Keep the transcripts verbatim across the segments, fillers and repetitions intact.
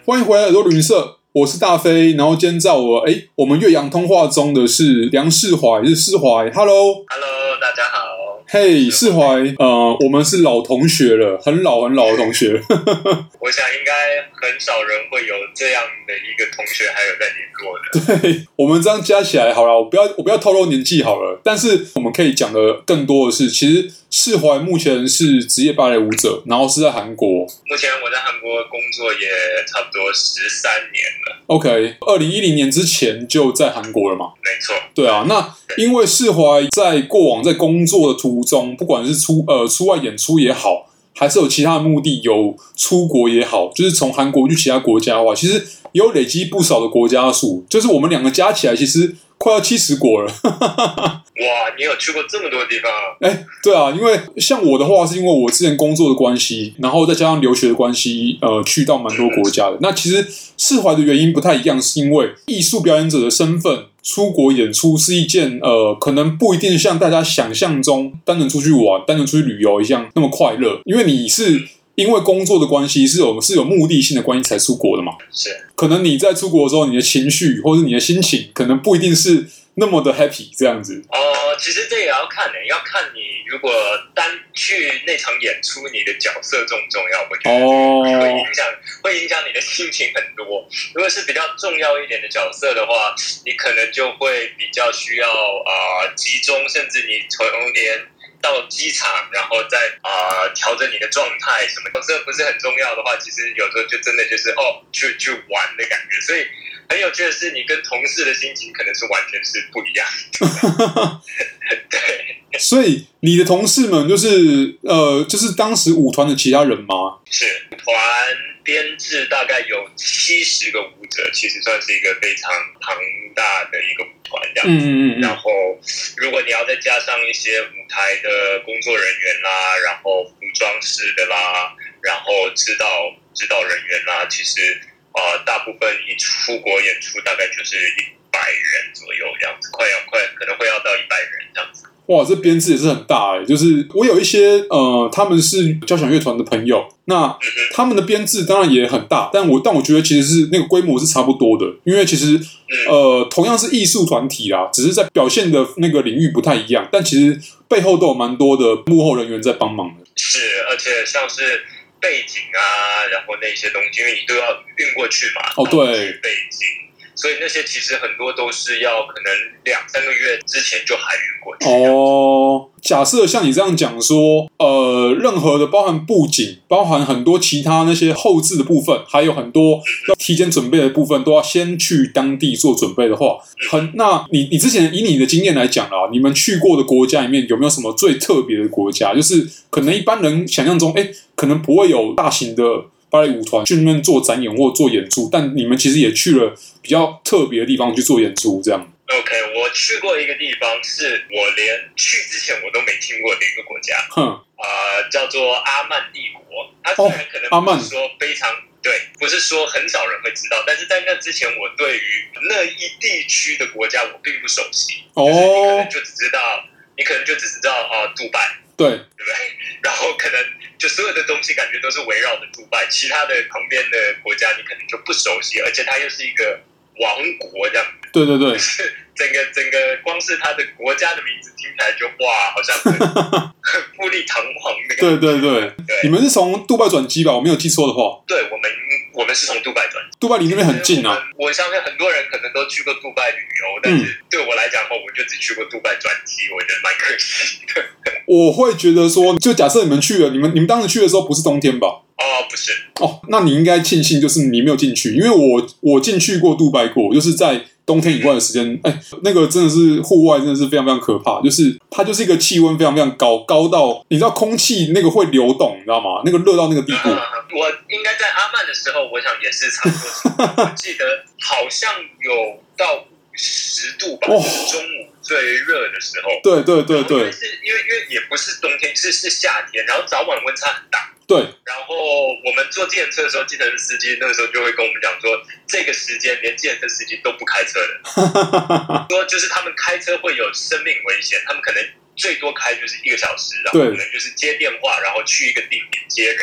欢迎回来耳朵旅行社，我是大飞。然后今天在我哎，我们岳阳通话中的是梁世怀，是世怀 ，Hello，Hello， 大家好。 嘿，世怀，呃，我们是老同学了，很老很老的同学了。 我想应该很少人会有这样的一个同学还有在联络的。 对，我们这样加起来好了，我不要我不要透露年纪好了，但是我们可以讲的更多的是，其实世怀目前是职业芭蕾舞者，然后是在韩国。 目前我在韩国工作也差不多十三年了。 OK， 二零一零年之前就在韩国了嘛？ 没错。 对啊，那因为世怀在过往在工作的途中，不管是出呃出外演出也好，还是有其他的目的，有出国也好，就是从韩国去其他国家的话，其实也有累积不少的国家数，就是我们两个加起来，其实快要七十国了。 哇，你有去过这么多地方啊？ 哎，对啊，因为像我的话，是因为我之前工作的关系，然后再加上留学的关系，呃，去到蛮多国家的。那其实世怀的原因不太一样，是因为艺术表演者的身份出国演出是一件呃，可能不一定像大家想象中单纯出去玩、单纯出去旅游一样那么快乐，因为你是因为工作的关系是有是有目的性的关系才出国的嘛。 是， 可能你在出国的时候，你的情绪或者你的心情，可能不一定是那么的 happy 这样子。 哦、呃，其实这也要看的、欸，要看你如果单去那场演出，你的角色重不重要？我觉得会影响，会影响你的心情很多。如果是比较重要一点的角色的话，你可能就会比较需要啊、呃、集中，甚至你从连到机场，然后再啊、呃、调整你的状态什么。角色不是很重要的话，其实有时候就真的就是哦去去玩的感觉，所以。很有趣的是，你跟同事的心情可能是完全是不一样的。对， 所以你的同事们就是呃，就是当时舞团的其他人吗？ 是，舞团编制大概有七十个舞者，其实算是一个非常庞大的一个舞团这样子。嗯嗯嗯。然后，如果你要再加上一些舞台的工作人员啦，然后服装师的啦，然后指导指导人员啦，其实。呃，大部分一出国演出大概就是一百人左右这样子，快要快可能会要到一百人这样子。 哇，这编制也是很大哎！就是我有一些呃，他们是交响乐团的朋友，那、嗯、他们的编制当然也很大，但我但我觉得其实是那个规模是差不多的，因为其实、嗯、呃同样是艺术团体啦，只是在表现的那个领域不太一样，但其实背后都有蛮多的幕后人员在帮忙的。 是，而且像是。背景啊，然后那些东西，因为你都要运过去嘛。 哦，对， 背景，所以那些其实很多都是要可能两三个月之前就海运过去。 哦，假设像你这样讲说，呃，任何的包含布景，包含很多其他那些后置的部分，还有很多要提前准备的部分，都要先去当地做准备的话，很，那你你之前以你的经验来讲啦，你们去过的国家里面有没有什么最特别的国家？就是可能一般人想象中，哎，可能不会有大型的芭蕾舞团去那边做展演或做演出，但你们其实也去了比较特别的地方去做演出，这样。 OK， 我去过一个地方，是我连去之前我都没听过的一个国家， 哼， 呃，叫做阿曼帝国。它虽然可能不是说非常、哦、对，不是说很少人会知道，但是在那之前，我对于那一地区的国家我并不熟悉。哦，就是你可能就只知道，你可能就只知道啊、呃，杜拜， 对， 对不对？然后可能就所有的东西感觉都是围绕着杜拜，其他的旁边的国家你可能就不熟悉，而且它又是一个王国这样。 对对对， 就是整个整个光是它的国家的名字听起来就哇，好像很富丽堂皇的感觉。 对对对对，你们是从杜拜转机吧？我没有记错的话。 对，我们我们是从杜拜转机。 杜拜离那边很近啊。 我, 我相信很多人可能都去过杜拜旅游，但是对我来讲的话，我就只去过杜拜转机，我觉得蛮可惜的。 我会觉得说，就假设你们去了，你们你们当时去的时候不是冬天吧？ 哦，不是。 哦，那你应该庆幸就是你没有进去，因为我我进去过杜拜过，就是在冬天以外的时间，哎，那个真的是户外真的是非常非常可怕，就是它就是一个气温非常非常高，高到你知道空气那个会流动，你知道吗？那个热到那个地步。 嗯、我应该在阿曼的时候，我想也是差不多。我记得好像有到五十度吧，哦、中午最热的时候。 对对对对。 因为是因为因为也不是冬天，是是夏天，然后早晚温差很大。 对， 然后我们坐计程车的时候，计程车司机那个时候就会跟我们讲说，这个时间连计程车司机都不开车的，说就是他们开车会有生命危险，他们可能最多开就是一个小时，然后可能就是接电话，然后去一个地点接人，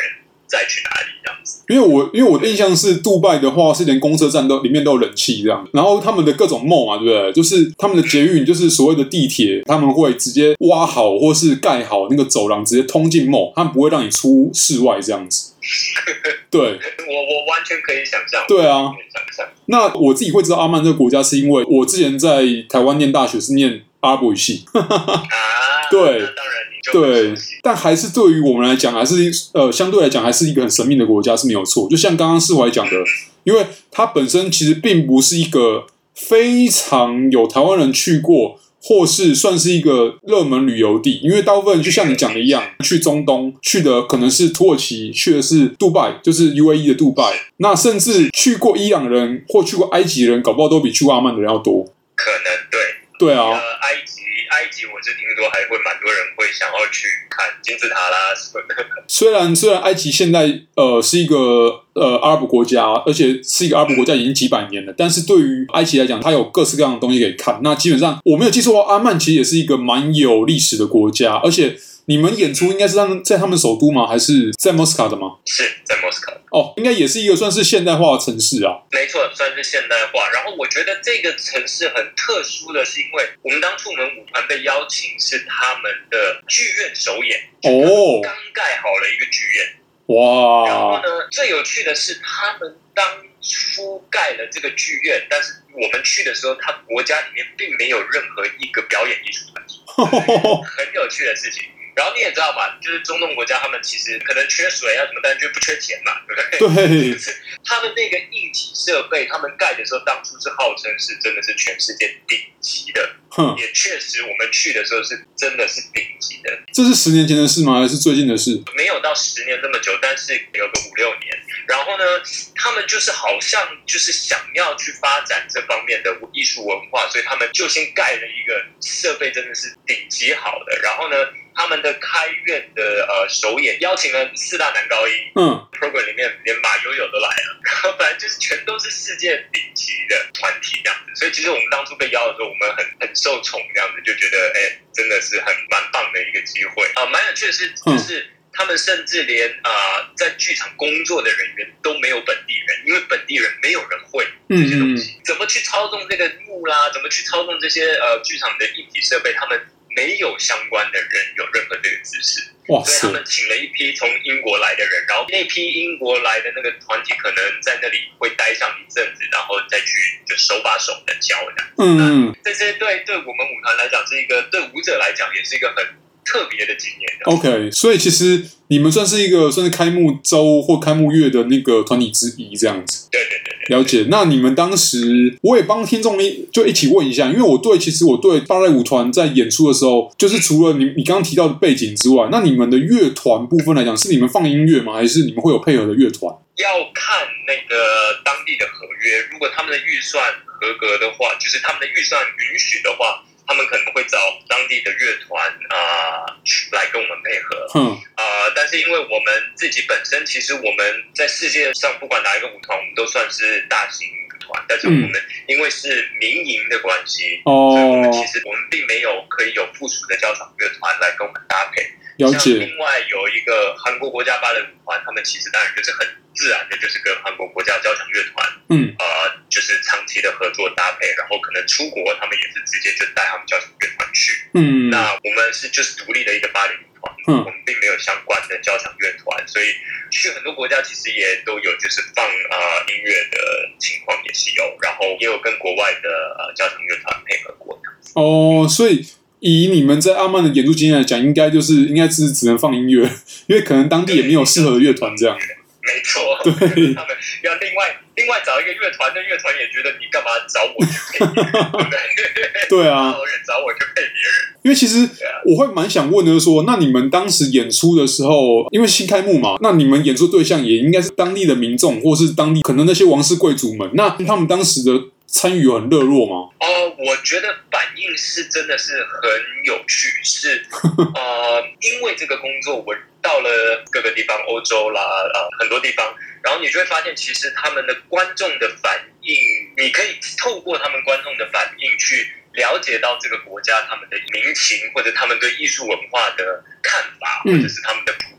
再去哪里这样子。 因为我因为我的印象是，杜拜的话是连公车站都里面都有冷气这样，然后他们的各种梦嘛，对不对？就是他们的捷运，就是所谓的地铁，他们会直接挖好或是盖好那个走廊，直接通进梦，他们不会让你出室外这样子。对，我我完全可以想象。 对啊，那我自己会知道阿曼这个国家，是因为我之前在台湾念大学是念阿拉伯语系。 啊， 对， 当然你就对，但还是对于我们来讲，还是呃相对来讲，还是一个很神秘的国家是没有错。就像刚刚世怀讲的，因为它本身其实并不是一个非常有台湾人去过，或是算是一个热门旅游地，因为大部分人就像你讲的一样，去中东去的可能是土耳其，去的是杜拜，就是 U A E 的杜拜。那甚至去过伊朗人或去过埃及人，搞不好都比去过阿曼的人要多。 可能对， 对啊。 呃、埃及，埃及我是听说还会蛮多人会想要去看金字塔啦什么的。虽然虽然埃及现在呃是一个呃阿拉伯国家，而且是一个阿拉伯国家已经几百年了，但是对于埃及来讲，它有各式各样的东西可以看。那基本上我没有记错的话，阿曼其实也是一个蛮有历史的国家，而且你们演出应该是他们在他们首都吗？还是在莫斯科的吗？ 是在莫斯科。 哦，应该也是一个算是现代化的城市啊。 没错，算是现代化。然后我觉得这个城市很特殊的是，因为我们当初我们舞团被邀请是他们的剧院首演，哦，刚盖好了一个剧院。哇！然后呢，最有趣的是他们当初盖了这个剧院，但是我们去的时候，他国家里面并没有任何一个表演艺术团体，很有趣的事情。然后你也知道嘛，就是中东国家他们其实可能缺水啊什么，但就不缺钱嘛，对不对？对。就是他们那个硬体设备，他们盖的时候，当初是号称是真的是全世界顶级的，也确实我们去的时候是真的是顶级的。 这是十年前的事吗？还是最近的事？ 没有到十年这么久，但是有个五六年。然后呢，他们就是好像就是想要去发展这方面的艺术文化，所以他们就先盖了一个设备，真的是顶级好的。然后呢，他们的开院的呃首演邀请了四大男高音，嗯 ，program 里面连马友友都来了，然后反正就是全都是世界顶级的团体这样子。所以其实我们当初被邀的时候，我们很很受宠这样子，就觉得哎、欸，真的是很蛮棒的一个机会啊，蛮有趣的是就是。嗯，他们甚至连啊、呃，在剧场工作的人员都没有本地人，因为本地人没有人会这些东西，嗯、怎么去操纵这个幕啦，怎么去操纵这些呃剧场的硬体设备，他们没有相关的人有任何这个知识。哇！所以他们请了一批从英国来的人，然后那批英国来的那个团体可能在那里会待上一阵子，然后再去就手把手的教这样。嗯，这些对对我们舞团来讲是一个，对舞者来讲也是一个很特别的经验。 OK， 所以其实你们算是一个算是开幕周或开幕月的那个团体之一，这样子。 对对对对， 了解。那你们当时，我也帮听众一就一起问一下，因为我对其实我对芭蕾舞团在演出的时候，就是除了你你刚刚提到的背景之外，那你们的乐团部分来讲，是你们放音乐吗？还是你们会有配合的乐团？ 要看那个当地的合约，如果他们的预算合格的话，就是他们的预算允许的话。他们可能会找当地的乐团啊、呃、来跟我们配合，嗯啊、呃，但是因为我们自己本身，其实我们在世界上不管哪一个舞团，我们都算是大型团，但是我们因为是民营的关系，哦、所以我们其实我们并没有可以有附属的交响乐团来跟我们搭配。 了解。 另外有一个韩国国家芭蕾舞团，他们其实当然就是很自然的，就是跟韩国国家交响乐团，嗯，呃，就是长期的合作搭配，然后可能出国，他们也是直接就带他们交响乐团去，嗯，那我们是就是独立的一个芭蕾舞团，嗯，我们并没有相关的交响乐团，所以去很多国家其实也都有就是放呃音乐的情况也是有，然后也有跟国外的呃交响乐团配合过。 哦，所以。以你们在阿曼的演出经验来讲，应该就是应该是只能放音乐，因为可能当地也没有适合的乐团这样。 没错， 对， 他们要另外另外找一个乐团，那乐团也觉得你干嘛找我去配别人，对不对？ 对啊， 有人找我去配别人。 因为其实我会蛮想问的是说，那你们当时演出的时候，因为新开幕嘛，那你们演出对象也应该是当地的民众，或是当地可能那些王室贵族们，那他们当时的参与有很热络吗？ 哦、呃，我觉得反应是真的是很有趣，是呃，因为这个工作，我到了各个地方，欧洲啦，呃，很多地方，然后你就会发现，其实他们的观众的反应，你可以透过他们观众的反应去了解到这个国家他们的民情，或者他们对艺术文化的看法，或者是他们的普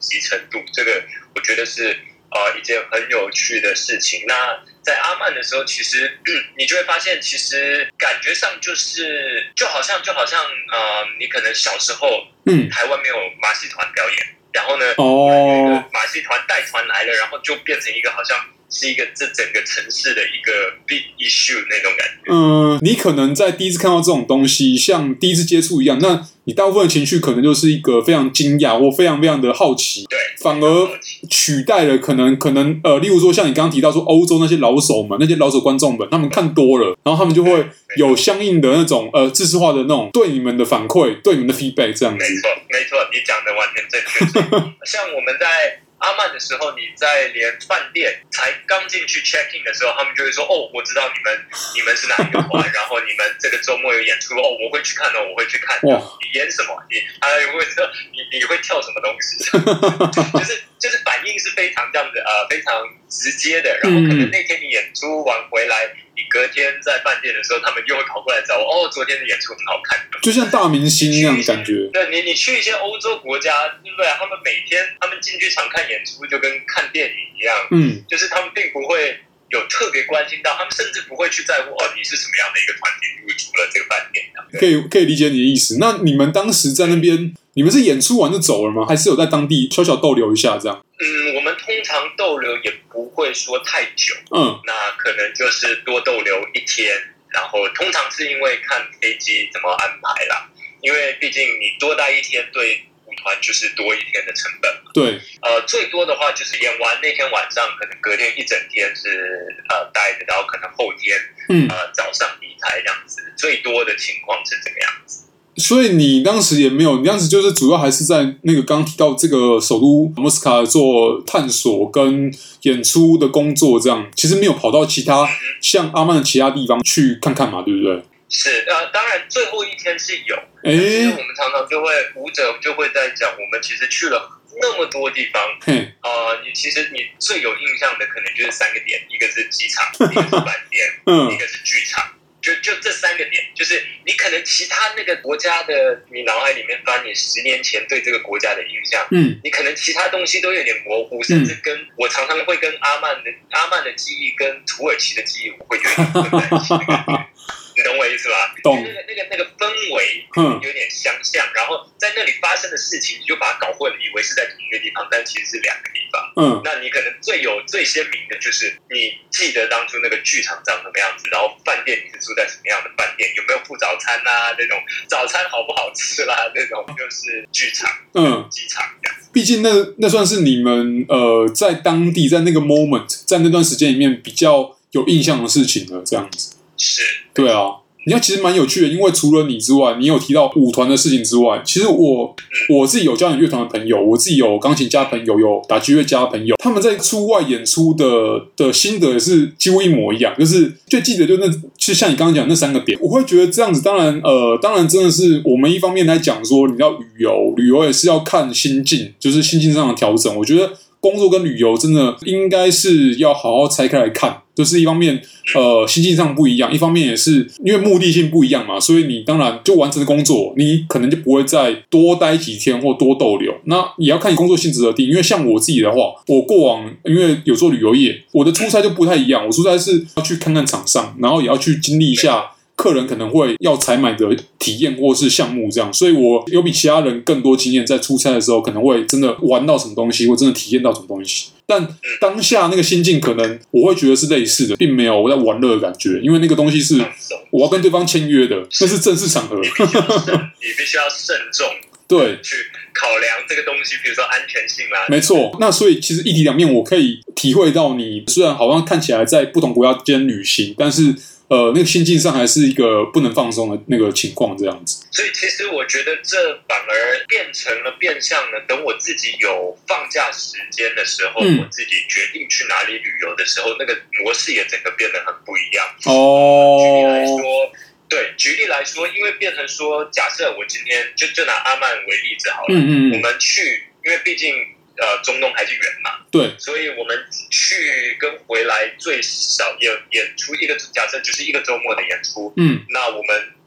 集程度，这个我觉得是呃一件很有趣的事情。那在阿曼的时候，其实、嗯、你就会发现，其实感觉上就是就好像就好像呃，你可能小时候，嗯，台湾没有马戏团表演，然后呢，哦，有一个马戏团带团来了，然后就变成一个好像是一个这整个城市的一个 big issue 那种感觉。 嗯，你可能在第一次看到这种东西，像第一次接触一样，那你大部分的情绪可能就是一个非常惊讶或非常非常的好奇， 对， 反而取代了可能可能呃，例如说像你刚刚提到说欧洲那些老手们、那些老手观众们，他们看多了，然后他们就会有相应的那种呃知识化的那种对你们的反馈、对你们的 feedback 这样子。 没错，没错，你讲的完全正确。像我们在阿曼的时候，你在连饭店才刚进去 check in 的时候，他们就会说：“哦，我知道你们你们是哪一个团，然后你们这个周末有演出哦，我会去看哦，我会去看。你演什么？你还会说你你会跳什么东西？就是就是反应是非常这样子呃非常直接的。然后可能那天你演出完回来，你隔天在饭店的时候，他们又会跑过来找我哦，昨天的演出很好看， 就像大明星那样感觉。 对你你去一些欧洲国家，对不对？他们每天他们进剧场看演出就跟看电影一样，嗯，就是他们并不会有特别关心到，他们甚至不会去在乎哦你是什么样的一个团体入住了这个饭店。 可以可以理解你的意思。那你们当时在那边，你们是演出完就走了吗？还是有在当地小小逗留一下这样？ 嗯，我们通常逗留也不会说太久，嗯，那可能就是多逗留一天，然后通常是因为看飞机怎么安排啦，因为毕竟你多待一天对舞团就是多一天的成本嘛。 对， 呃，最多的话就是演完那天晚上，可能隔天一整天是呃待着，然后可能后天嗯呃早上离开这样子，最多的情况是这个样子。 所以你当时也没有，你当时就是主要还是在那个刚刚提到这个首都莫斯科做探索跟演出的工作，这样其实没有跑到其他像阿曼的其他地方去看看嘛，对不对？ 是，呃，当然最后一天是有，哎，我们常常就会舞者就会在讲，我们其实去了那么多地方，呃，你其实你最有印象的可能就是三个点，一个是机场，一个是饭店，嗯，一个是剧场。就就这三个点，就是你可能其他那个国家的，你脑海里面翻你十年前对这个国家的印象，嗯，你可能其他东西都有点模糊，甚至跟、嗯、我常常会跟阿曼的阿曼的记忆跟土耳其的记忆，我会有点混在一起的感觉。你懂我意思吧？懂。那个那个那个氛围有点相像，嗯、然后在那里发生的事情，你就把它搞混了，以为是在同一个地方，但其实是两个地方。嗯，那你可能最有最鲜明的就是你记得当初那个剧场长什么样子，然后饭店你是住在什么样的饭店，有没有附早餐啊？那种早餐好不好吃啦？那种就是剧场，嗯，机场这样。 毕竟那那算是你们呃在当地在那个 moment 在那段时间里面比较有印象的事情了，这样子。 是， 对啊，你看其实蛮有趣的，因为除了你之外，你有提到舞团的事情之外，其实我我自己有交点乐团的朋友，我自己有钢琴家朋友，有打击乐家的朋友，他们在出外演出的的心得也是几乎一模一样，就是最记得就那，就像你刚刚讲那三个点，我会觉得这样子，当然呃，当然真的是我们一方面来讲说，你要旅游，旅游也是要看心境，就是心境上的调整，我觉得。工作跟旅游真的应该是要好好拆开来看，就是一方面呃心境上不一样，一方面也是因为目的性不一样嘛，所以你当然就完成的工作，你可能就不会再多待几天或多逗留。那也要看你工作性质而定，因为像我自己的话，我过往因为有做旅游业，我的出差就不太一样，我出差是要去看看场上，然后也要去经历一下。客人可能会要采买的体验或是项目这样，所以我有比其他人更多经验，在出差的时候可能会真的玩到什么东西，或真的体验到什么东西。但当下那个心境可能我会觉得是类似的，并没有我在玩乐的感觉，因为那个东西是我要跟对方签约的，那是正式场合。 你必须要慎，你必须要慎重， 对， 去考量这个东西，比如说安全性啦。 没错，那所以其实一体两面，我可以体会到你虽然好像看起来在不同国家间旅行，但是。呃，那个心境上还是一个不能放松的那个情况，这样子。 所以其实我觉得这反而变成了变相的，等我自己有放假时间的时候，嗯、我自己决定去哪里旅游的时候，那个模式也整个变得很不一样。哦，举例来说，对，举例来说，因为变成说，假设我今天就就拿阿曼为例子好了，嗯嗯我们去，因为毕竟。呃，中东还是远嘛， 对， 所以我们去跟回来最少演演出一个，假设就是一个周末的演出，嗯，那我们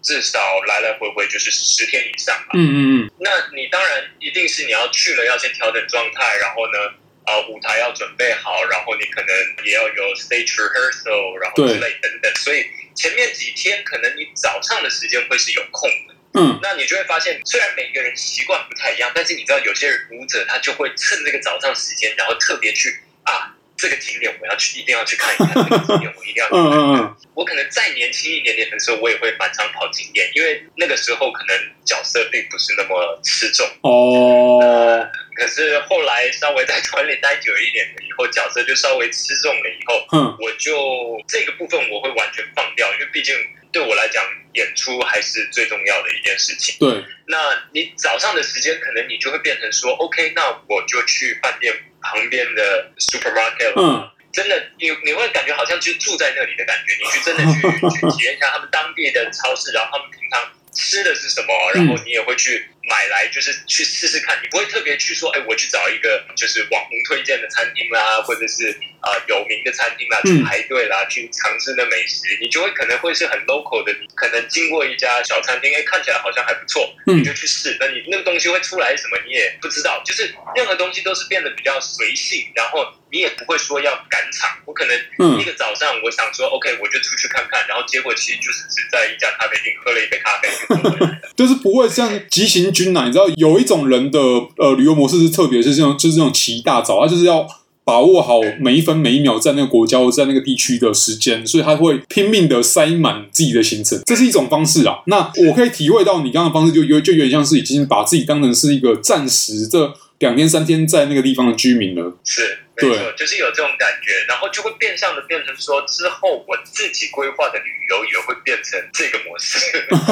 至少来来回回就是十天以上嘛。 嗯嗯嗯。 那你当然一定是你要去了要先调整状态，然后呢，呃，舞台要准备好，然后你可能也要有 stage rehearsal， 然后之类等等。所以前面几天可能你早上的时间会是有空的。 嗯， 那你就会发现，虽然每个人习惯不太一样，但是你知道有些舞者他就会趁这个早上时间，然后特别去啊。这个景点我要去，一定要去看一看。这个景点我一定要去看一看。嗯嗯嗯我可能再年轻一点点的时候，我也会蛮常跑景点，因为那个时候可能角色并不是那么吃重。 哦、呃。 可是后来稍微在团里待久一点了以后，角色就稍微吃重了以后，嗯，我就这个部分我会完全放掉，因为毕竟对我来讲，演出还是最重要的一件事情。 对。 那你早上的时间，可能你就会变成说 ，OK， 那我就去饭店旁边的 supermarket 了。嗯，真的，你你会感觉好像就住在那里的感觉，你去真的去去体验一下他们当地的超市，然后他们平常吃的是什么，然后你也会去买来，就是去试试看。你不会特别去说，哎，我去找一个就是网红推荐的餐厅啦，或者是呃有名的餐厅啦，去排队啦，去尝试那美食。你就会可能会是很 local 的，你可能经过一家小餐厅，哎，看起来好像还不错，你就去试。那你那个东西会出来什么，你也不知道。就是任何东西都是变得比较随性，然后你也不会说要赶场。我可能一个早上我想说 ，OK， 我就出去看看，然后结果其实就是只在一家咖啡厅喝了一杯咖啡就回来了。 就是不会像急行军啊，你知道有一种人的呃旅游模式是特别是这种，就是这种起一大早，他就是要把握好每一分每一秒在那个国家或在那个地区的时间，所以他会拼命的塞满自己的行程，这是一种方式啊。那我可以体会到你刚刚的方式就有就有点像是已经把自己当成是一个暂时这两天三天在那个地方的居民了。 是。没错，就是有这种感觉，然后就会变相的变成说，之后我自己规划的旅游也会变成这个模式。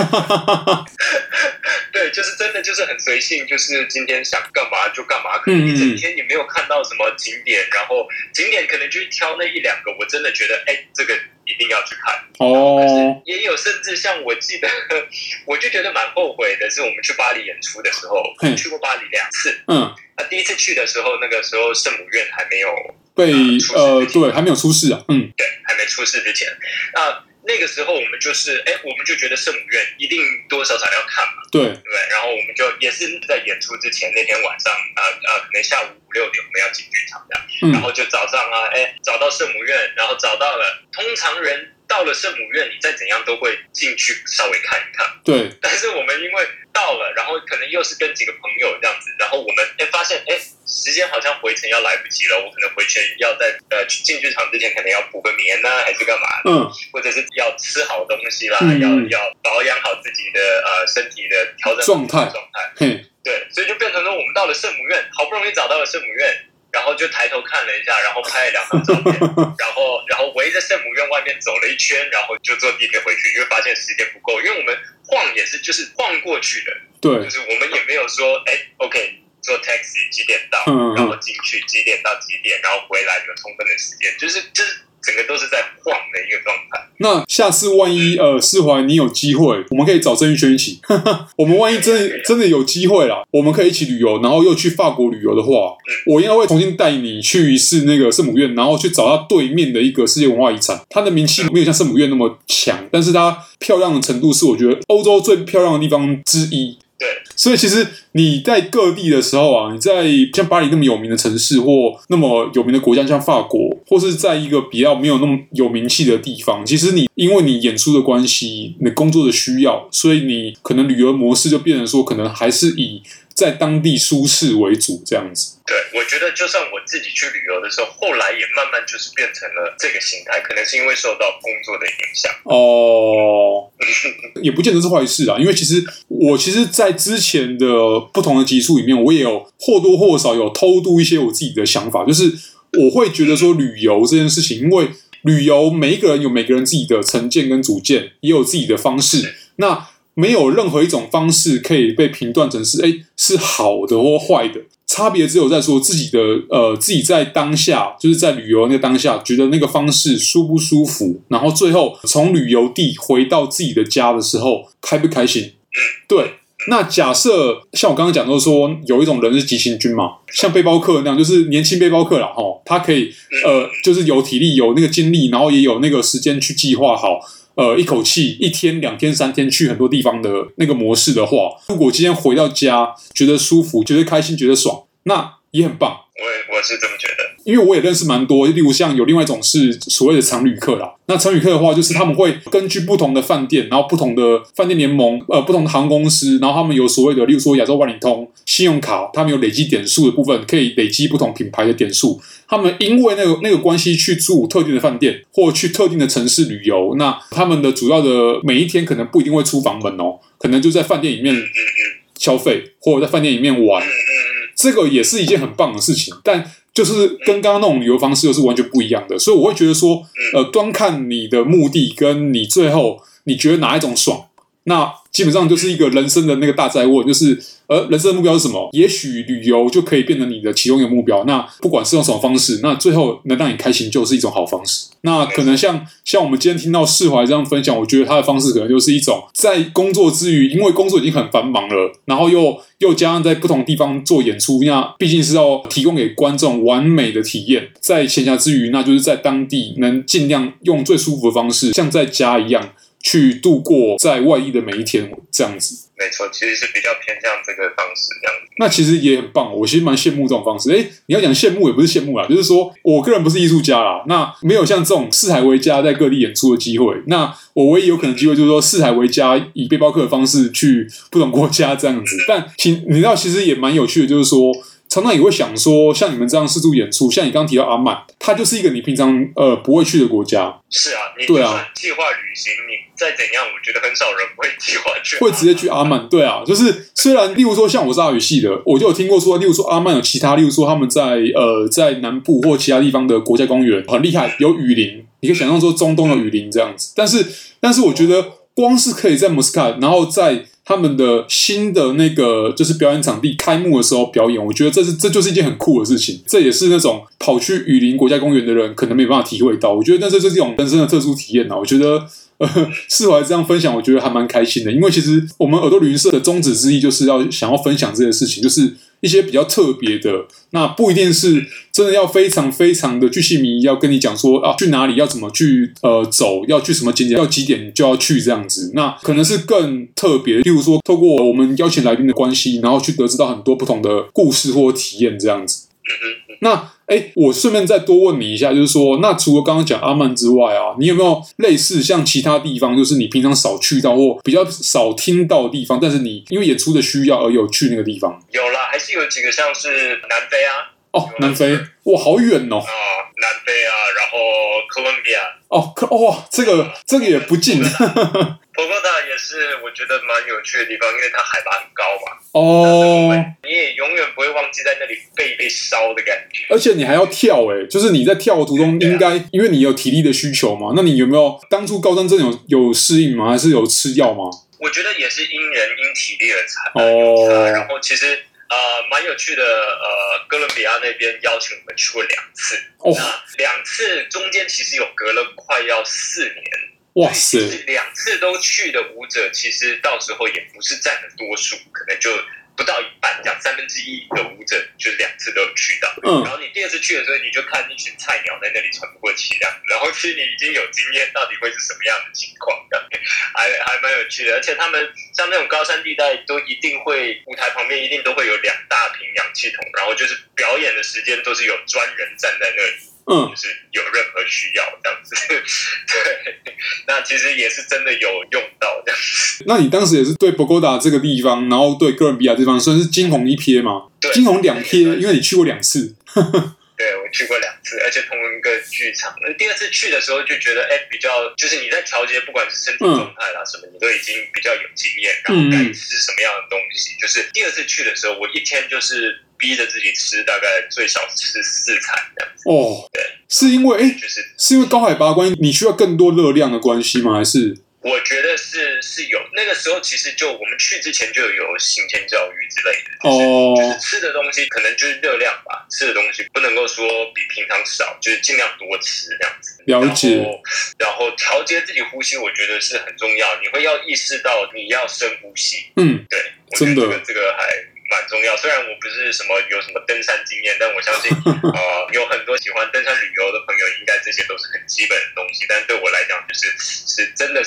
对，就是真的就是很随性，就是今天想干嘛就干嘛，可能一整天你没有看到什么景点，然后景点可能就挑那一两个，我真的觉得，哎，这个一定要去看。哦。可是也有甚至像我记得，我就觉得蛮后悔的，是我们去巴黎演出的时候，我去过巴黎两次。嗯。那第一次去的时候，那个时候圣母院还没有被呃对，还没有出事啊，嗯， 对，还没出事之前，那那个时候我们就是，哎，我们就觉得圣母院一定多多少少要看嘛， 对对，然后我们就也是在演出之前那天晚上，呃呃，可能下午五六点我们要进剧场这样，嗯、然后就早上啊，哎，找到圣母院，然后找到了，通常人到了圣母院，你再怎样都会进去稍微看一看， 对， 但是我们因为到了，然后可能又是跟几个朋友这样子，然后我们哎发现哎时间好像回程要来不及了，我可能回程要在呃进剧场之前可能要补个眠呐、啊，还是干嘛的，嗯，或者是要吃好东西啦，嗯、要要保养好自己的呃身体的调整状态状态，嗯，对，所以就变成说我们到了圣母院，好不容易找到了圣母院。然后就抬头看了一下，然后拍了两张照片，然后然后围着圣母院外面走了一圈，然后就坐地铁回去，因为发现时间不够，因为我们晃也是就是晃过去的， 对， 就是我们也没有说哎 ，OK， 坐 taxi 几点到，嗯、然后进去几点到几点，然后回来有充分的时间，就是就是。整个都是在晃的一个状态。 那下次万一呃释怀你有机会，我们可以找郑玉轩一起。我们万一真的真的有机会啦，我们可以一起旅游，然后又去法国旅游的话，嗯、我应该会重新带你去一次那个圣母院，然后去找它对面的一个世界文化遗产。它的名气没有像圣母院那么强，但是它漂亮的程度是我觉得欧洲最漂亮的地方之一。 对， 所以其实你在各地的时候啊，你在像巴黎那么有名的城市，或那么有名的国家，像法国，或是在一个比较没有那么有名气的地方，其实你因为你演出的关系，你工作的需要，所以你可能旅游模式就变成说，可能还是以在当地舒适为主这样子。 对，我觉得就算我自己去旅游的时候，后来也慢慢就是变成了这个形态，可能是因为受到工作的影响。 哦，也不见得是坏事啊，因为其实我其实，在之前的不同的集数里面，我也有或多或少有偷渡一些我自己的想法，就是我会觉得说旅游这件事情，因为旅游每一个人有每个人自己的成见跟主见，也有自己的方式，那没有任何一种方式可以被评断成是哎是好的或坏的。差别只有在说自己的呃，自己在当下，就是在旅游那个当下，觉得那个方式舒不舒服，然后最后从旅游地回到自己的家的时候，开不开心？对。那假设像我刚刚讲到说，有一种人是急行军嘛，像背包客那样，就是年轻背包客啦，齁，他可以呃，就是有体力、有那个精力，然后也有那个时间去计划好。 呃一口气一天、两天、三天去很多地方的那个模式的话，如果今天回到家觉得舒服、觉得开心、觉得爽，那也很棒。 我我是这么觉得， 因为我也认识蛮多，例如像有另外一种是所谓的常旅客啦。那常旅客的话，就是他们会根据不同的饭店，然后不同的饭店联盟，呃，不同的航空公司，然后他们有所谓的，例如说亚洲万里通信用卡，他们有累积点数的部分，可以累积不同品牌的点数。他们因为那个那个关系去住特定的饭店，或去特定的城市旅游，那他们的主要的每一天可能不一定会出房门哦，可能就在饭店里面消费，或者在饭店里面玩。这个也是一件很棒的事情，但就是跟刚刚那种旅游方式又是完全不一样的，所以我会觉得说，呃，端看你的目的跟你最后你觉得哪一种爽，那基本上就是一个人生的那个大哉问，就是呃，人生的目标是什么？也许旅游就可以变成你的其中一个目标。那不管是用什么方式，那最后能让你开心就是一种好方式。那可能像像我们今天听到释怀这样分享，我觉得他的方式可能就是一种在工作之余，因为工作已经很繁忙了，然后又又加上在不同地方做演出，那毕竟是要提供给观众完美的体验。在闲暇之余，那就是在当地能尽量用最舒服的方式，像在家一样去度过在外地的每一天，这样子。 没错，其实是比较偏向这个方式这样子。 那其实也很棒，我其实蛮羡慕这种方式。哎，你要讲羡慕也不是羡慕啦，就是说我个人不是艺术家啦，那没有像这种四海为家在各地演出的机会。那我唯一有可能机会就是说四海为家，以背包客的方式去不同国家这样子。但其你知道，其实也蛮有趣的，就是说。常常也会想说，像你们这样四处演出，像你刚刚提到阿曼，它就是一个你平常呃不会去的国家。 是啊，你就算计划旅行，你再怎样，我觉得很少人会计划去。 会直接去阿曼，对啊，就是虽然例如说像我是阿语系的，我就有听过说，例如说阿曼有其他，例如说他们在呃在南部或其他地方的国家公园很厉害，有雨林，你可以想象说中东的雨林这样子。但是但是我觉得光是可以在 Muscat， 然后在他们的新的那个就是表演场地开幕的时候表演，我觉得这是这就是一件很酷的事情。这也是那种跑去雨林国家公园的人可能没办法体会到。我觉得那这就是一种人生的特殊体验啊！我觉得呃，释怀这样分享，我觉得还蛮开心的。因为其实我们耳朵旅行社的宗旨之一就是要想要分享这些事情，就是一些比较特别的，那不一定是真的要非常非常的巨细靡遗，要跟你讲说啊去哪里要怎么去呃走，要去什么景点，要几点就要去这样子。那可能是更特别，例如说透过我们邀请来宾的关系，然后去得知到很多不同的故事或体验这样子。那哎，我顺便再多问你一下，就是说，那除了刚刚讲阿曼之外啊，你有没有类似像其他地方，就是你平常少去到或比较少听到的地方，但是你因为演出的需要而有去那个地方？ 有啦，还是有几个像是南非啊。 哦，南非，哇，好远哦！ 啊，南非啊，然后哥伦比亚。 哦，哇，这个这个也不近。 波哥大也是我觉得蛮有趣的地方，因为它海拔很高嘛。 哦， 你也永远不会忘记在那里背被烧的感觉。 而且你还要跳哎、欸，就是你在跳的途中应该，因为你有体力的需求嘛，那你有没有当初高山症有有适应吗？还是有吃药吗？ 我觉得也是因人因体力而差。 哦， 然后其实。呃，蛮有趣的。呃，哥伦比亚那边邀请我们去过两次， 哦， 那两次中间其实有隔了快要四年。 哇塞！ 两次都去的舞者，其实到时候也不是占了多数，可能就不到一半，讲三分之一的舞者，就是两次都有去到。 嗯， 然后你第二次去的时候，你就看一群菜鸟在那里喘不过气来，然后其实你已经有经验，到底会是什么样的情况？还还蛮有趣的。而且他们像那种高山地带，都一定会舞台旁边一定都会有两大瓶氧气筒，然后就是表演的时间都是有专人站在那里。嗯，就是有任何需要这样子，对，那其实也是真的有用到这样子。 那你当时也是对波哥达这个地方，然后对哥伦比亚这地方算是惊鸿一瞥吗？ 对， 惊鸿两瞥，因为你去过两次。 对，我去过两次，而且同一个剧场。第二次去的时候就觉得，哎，比较就是你在调节，不管是身体状态啦、嗯、什么，你都已经比较有经验，然后该吃什么样的东西。嗯、就是第二次去的时候，我一天就是逼着自己吃，大概最少吃四餐这样子。 哦， 对， 是因为哎， 就是是因为高海拔关系，你需要更多热量的关系吗？还是？ 我觉得是是有，那个时候其实就我们去之前就有行前教育之类的，就是、oh. 就是吃的东西可能就是热量吧，吃的东西不能够说比平常少，就是尽量多吃这样子。 了解。 然后，然后调节自己呼吸，我觉得是很重要。你会要意识到你要深呼吸。嗯，对， 真的， 这个这个还蛮重要。虽然我不是什么有什么登山经验，但我相信呃有很多喜欢登山旅游的朋友，应该这些都是很基本的东西。但对我来讲，就是是真的是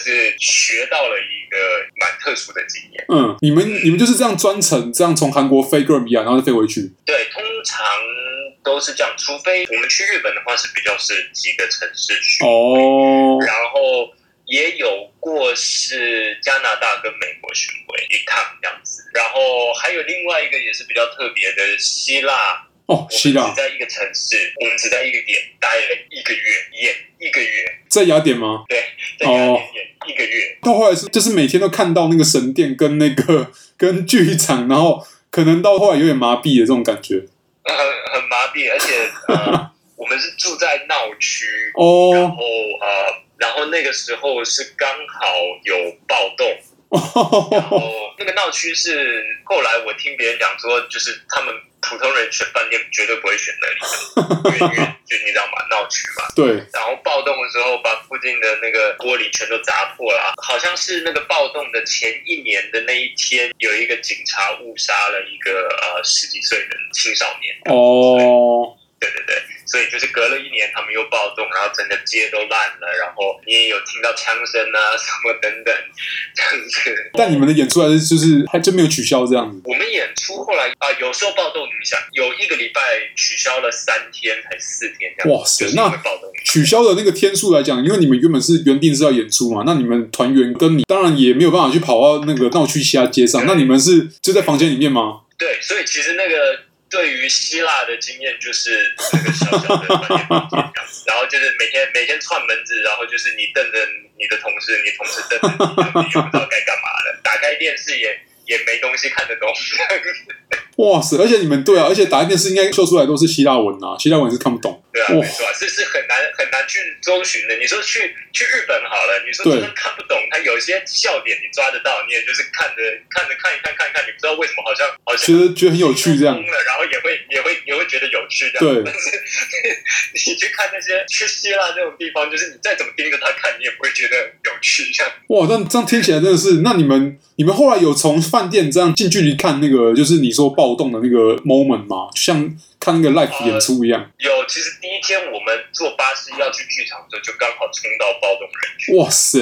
是学到了一个蛮特殊的经验。 嗯，你们你们就是这样专程这样从韩国飞哥伦比亚，然后就飞回去？ 对，通常都是这样，除非我们去日本的话是比较是几个城市去哦，然后也有过是加拿大跟美国巡回一趟这样子，然后还有另外一个也是比较特别的希腊。 哦，希腊， 我们只在一个城市，我们只在一个点待了一个月，演一个月， 在雅典吗？ 对，在雅典演一个月。 到后来是就是每天都看到那个神殿跟那个跟剧场，然后可能到后来有点麻痹的这种感觉。 很很麻痹，而且呃，我们是住在闹区哦， 然后呃，然后那个时候是刚好有暴动。然后那个闹区是后来我听别人讲说，就是他们普通人选饭店绝对不会选那里的，因为因为就你知道嘛，闹区嘛。 对。 然后暴动的时候，把附近的那个玻璃全都砸破了。好像是那个暴动的前一年的那一天，有一个警察误杀了一个呃十几岁的青少年。哦。对对对，所以就是隔了一年，他们又暴动，然后整个街都烂了，然后你也有听到枪声啊什么等等这样子。 但你们的演出还是就是还就没有取消这样子？ 我们演出后来啊、呃，有受暴动影响，有一个礼拜取消了三天还四天这样。 哇塞，那取消的那个天数来讲，因为你们原本是原定是要演出嘛，那你们团员跟你当然也没有办法去跑到那个闹区其他街上，那你们是就在房间里面吗？ 对，所以其实那个。对于希腊的经验就是那个小小的饭店房间这样子，然后就是每天每天串门子，然后就是你瞪着你的同事，你同事瞪着你，你也不知道该干嘛了。打开电视也也没东西看得懂。 哇塞！而且你们对啊，而且打开电视应该秀出来都是希腊文啊，希腊文是看不懂。 对啊，没错啊，这是很难很难去周循的。你说去去日本好了，你说就算看不懂，它有些笑点你抓得到，你也就是看着看着看一看看一看，你不知道为什么好像好像觉得觉得很有趣这样， 然后也会也会也会觉得有趣这对。 样。但是你去看那些去希腊这种地方，就是你再怎么盯着它看，你也不会觉得有趣这样。 哇，但这样听起来真的是，那你们你们后来有从饭店这样近距离看那个，就是你说暴动的那个 moment 吗？像看那个 live 演出一样。呃、 有，其实第一天我们坐巴士要去剧场的时候，就刚好冲到暴动人群。 哇塞！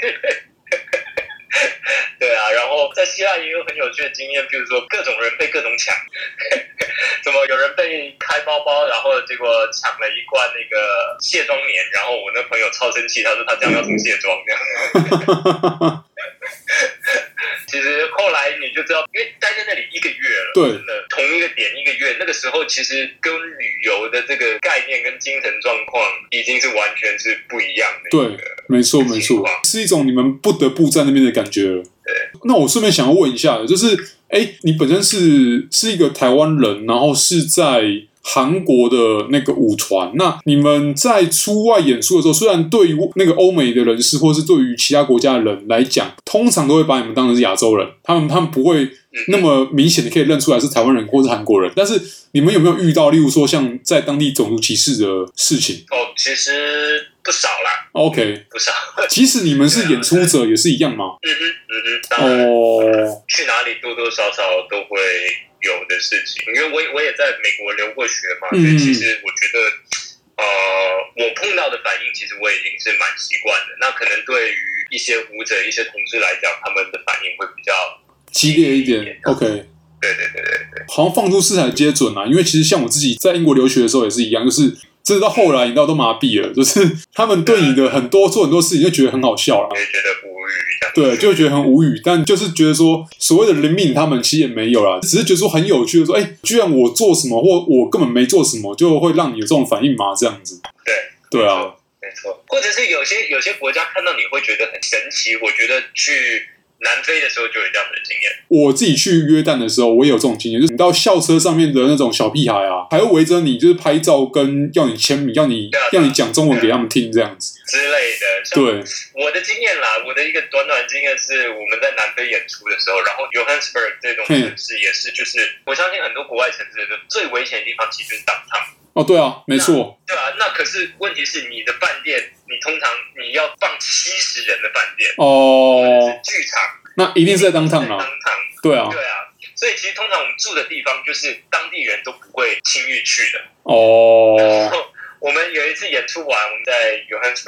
对啊，然后在希腊也有很有趣的经验，比如说各种人被各种抢，怎么有人被开包包，然后结果抢了一罐那个卸妆棉，然后我那朋友超生气，他说他这样要怎么卸妆这样。其实后来你就知道，因为待在那里一个月了， 对， 真的同一个点一个月，那个时候其实跟旅游的这个概念跟精神状况已经是完全是不一样的。 对，没错没错，是一种你们不得不在那边的感觉了。 对， 那我顺便想要问一下，就是，哎，你本身是是一个台湾人，然后是在韩国的那个舞团，那你们在出外演出的时候，虽然对于那个欧美的人士，或是对于其他国家的人来讲，通常都会把你们当成是亚洲人，他们他们不会那么明显的可以认出来是台湾人或是韩国人。但是你们有没有遇到，例如说像在当地种族歧视的事情？ 哦，其实不少啦。 OK， 不少。 即使你们是演出者，也是一样吗？ 嗯哼，嗯哼，当然。哦，去哪里多多少少都会有的事情，因为我我也在美国留过学嘛，所以其实我觉得，呃，我碰到的反应，其实我已经是蛮习惯的。那可能对于一些舞者、一些同事来讲，他们的反应会比较激烈一点。OK， 对对对对对， 好像放出四台皆准啊。因为其实像我自己在英国留学的时候也是一样，就是真的到后来你知道都麻痹了，就是他们对你的很多做很多事情就觉得很好笑了， 就觉得无语， 对，就会觉得很无语。但就是觉得说所谓的怜悯他们其实也没有啦，只是觉得说很有趣的说，哎，居然我做什么或我根本没做什么，就会让你有这种反应吗？这样子。 对， 对啊， 没错。或者是有些有些国家看到你会觉得很神奇，我觉得去南非的时候就有这样的经验。 我自己去约旦的时候，我也有这种经验，就是你到校车上面的那种小屁孩啊，还会围着你，就是拍照跟要你签名，要你、啊、要你讲中文给他们听这样子之类的。 对， 我的经验啦，我的一个短短经验是我们在南非演出的时候，然后 Johannesburg 这种城市也是，就是我相信很多国外城市的最危险的地方其实就是downtown。 哦，对啊，没错。 对啊，那可是问题是你的饭店，你通常你要放七十人的饭店哦， 或者是剧场。 那一定是在downtown啦，对啊， 对啊，所以其实通常我们住的地方就是当地人都不会轻易去的哦。 然后我们有一次演出完，我们在 Johannesburg，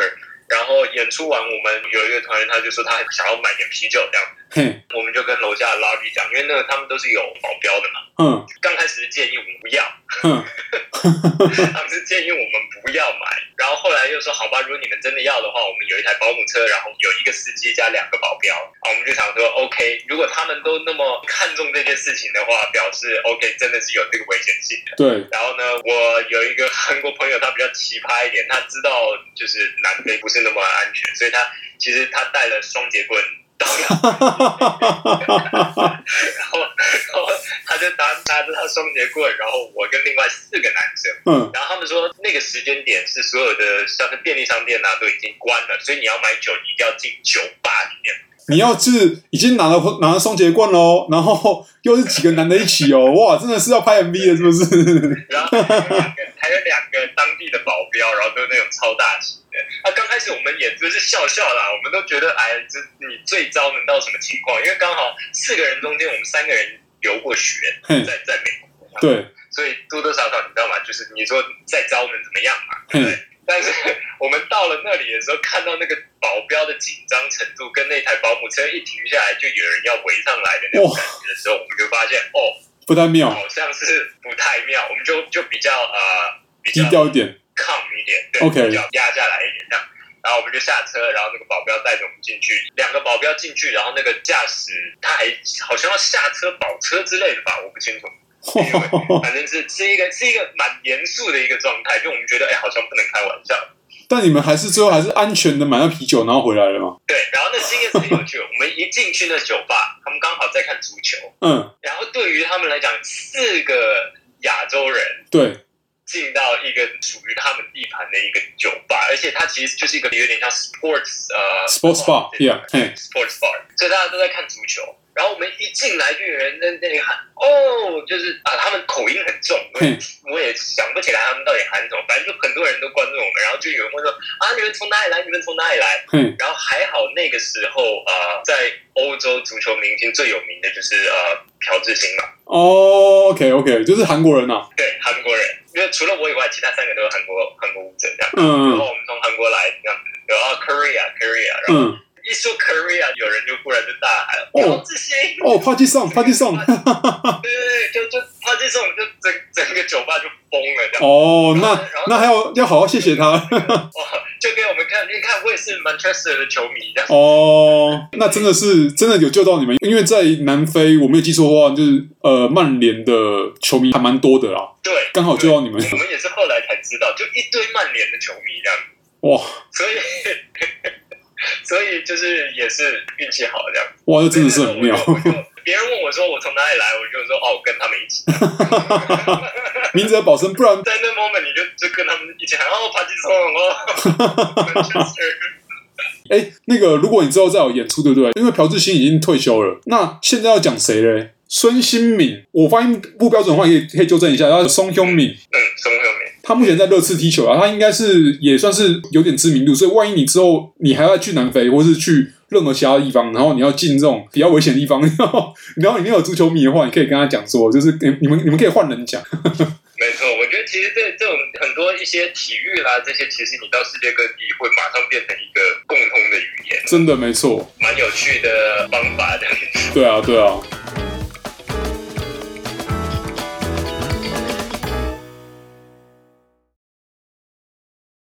然后演出完，我们有一个团员他就说他想要买点啤酒这样子。我们就跟楼下的 lobby 讲，因为那个他们都是有保镖的嘛。嗯。刚开始是建议我们不要。嗯。他们是建议我们不要买，然后后来又说好吧，如果你们真的要的话，我们有一台保姆车，然后有一个司机加两个保镖。啊，我们就想说 OK， 如果他们都那么看重这件事情的话，表示 OK 真的是有这个危险性的。 对。 然后呢，我有一个韩国朋友，他比较奇葩一点，他知道就是南非不是那么安全，所以他其实他带了双节棍。然后，然后他就拿拿着他双节棍，然后我跟另外四个男生，嗯，然后他们说那个时间点是所有的像是便利商店啊都已经关了，所以你要买酒，你一定要进酒吧里面。 你要是已经拿了拿了双节棍喽，然后又是几个男的一起哦，哇，真的是要拍 M V 了，是不是？ 然后还有两个，还有两个当地的保镖，然后都是那种超大型的。啊，刚开始我们也就是笑笑啦，我们都觉得哎，这你最糟能到什么情况？因为刚好四个人中间，我们三个人留过学，在在美国， 对， 所以多多少少你知道吗？就是你说再糟能怎么样嘛，对不对？但是我们到了那里的时候，看到那个保镖的紧张程度，跟那台保姆车一停下来就有人要围上来的那种感觉的时候，我们就发现哦， 不太妙， 好像是不太妙，我们就就比较呃比较低调一点 ，calm 一点，对 ，OK， 比较压下来一点这样。然后我们就下车，然后那个保镖带着我们进去，两个保镖进去，然后那个驾驶他还好像要下车保车之类的吧，我不清楚。反正是是一个是一个蛮严肃的一个状态，就我们觉得哎，好像不能开玩笑。 但你们还是最后还是安全的买到啤酒，然后回来了吗？ 对，然后那经验是很有趣的。我们一进去那酒吧，他们刚好在看足球，嗯，然后对于他们来讲，四个亚洲人对进到一个属于他们地盘的一个酒吧，而且它其实就是一个有点像 sports 呃 sports bar，yeah，sports bar， 所以大家都在看足球。然后我们一进来就有人在那里喊哦，就是啊，他们口音很重，我也想不起来他们到底喊什么，反正就很多人都关注我们，然后就有人会说啊，你们从哪里来？你们从哪里来？然后还好那个时候啊、呃，在欧洲足球明星最有名的就是呃朴智星嘛。 哦 ，OK OK， 就是韩国人啊。 对，韩国人，因为除了我以外，其他三个都是韩国韩国舞者这样。嗯。然后我们从韩国来这样子，然后 Korea Korea， 然后。嗯一说 Korea， 有人就忽然就大喊朴智星哦，帕基颂，帕基颂， 对对对，就就帕基颂，就整整个酒吧就疯了这样。 哦，那那还要要好好谢谢他。哇， 就给我们看，你看我也是 Manchester 的球迷这样。 哦，那真的是真的有救到你们，因为在南非我没有记错的话，就是呃曼联的球迷还蛮多的啦。 对， 刚好救到你们。 我们也是后来才知道，就一堆曼联的球迷这样。 哇， 所以。所以就是也是运气好这样， 哇，这真的是很妙。 别人问我说我从哪里来，我就说哦，我跟他们一起。 明哲保身，不然在那 moment 你就就跟他们一起喊哦，帕基松哦。 哎，那个，如果你之后再有演出，对不对？因为朴智星已经退休了，那现在要讲谁嘞？孙兴敏，我发音不标准的话，可以可以纠正一下。然后松兄敏， 嗯，松兄敏， 他目前在热刺踢球啊，他应该是也算是有点知名度，所以万一你之后你还要去南非，或是去任何其他地方，然后你要进这种比较危险的地方，然后然后你没有足球迷的话，你可以跟他讲说，就是你们你们可以换人讲。 没错，我觉得其实这这种很多一些体育啦，这些其实你到世界各地会马上变成一个共通的语言， 真的没错， 蛮有趣的方法这样子。 对啊，对啊。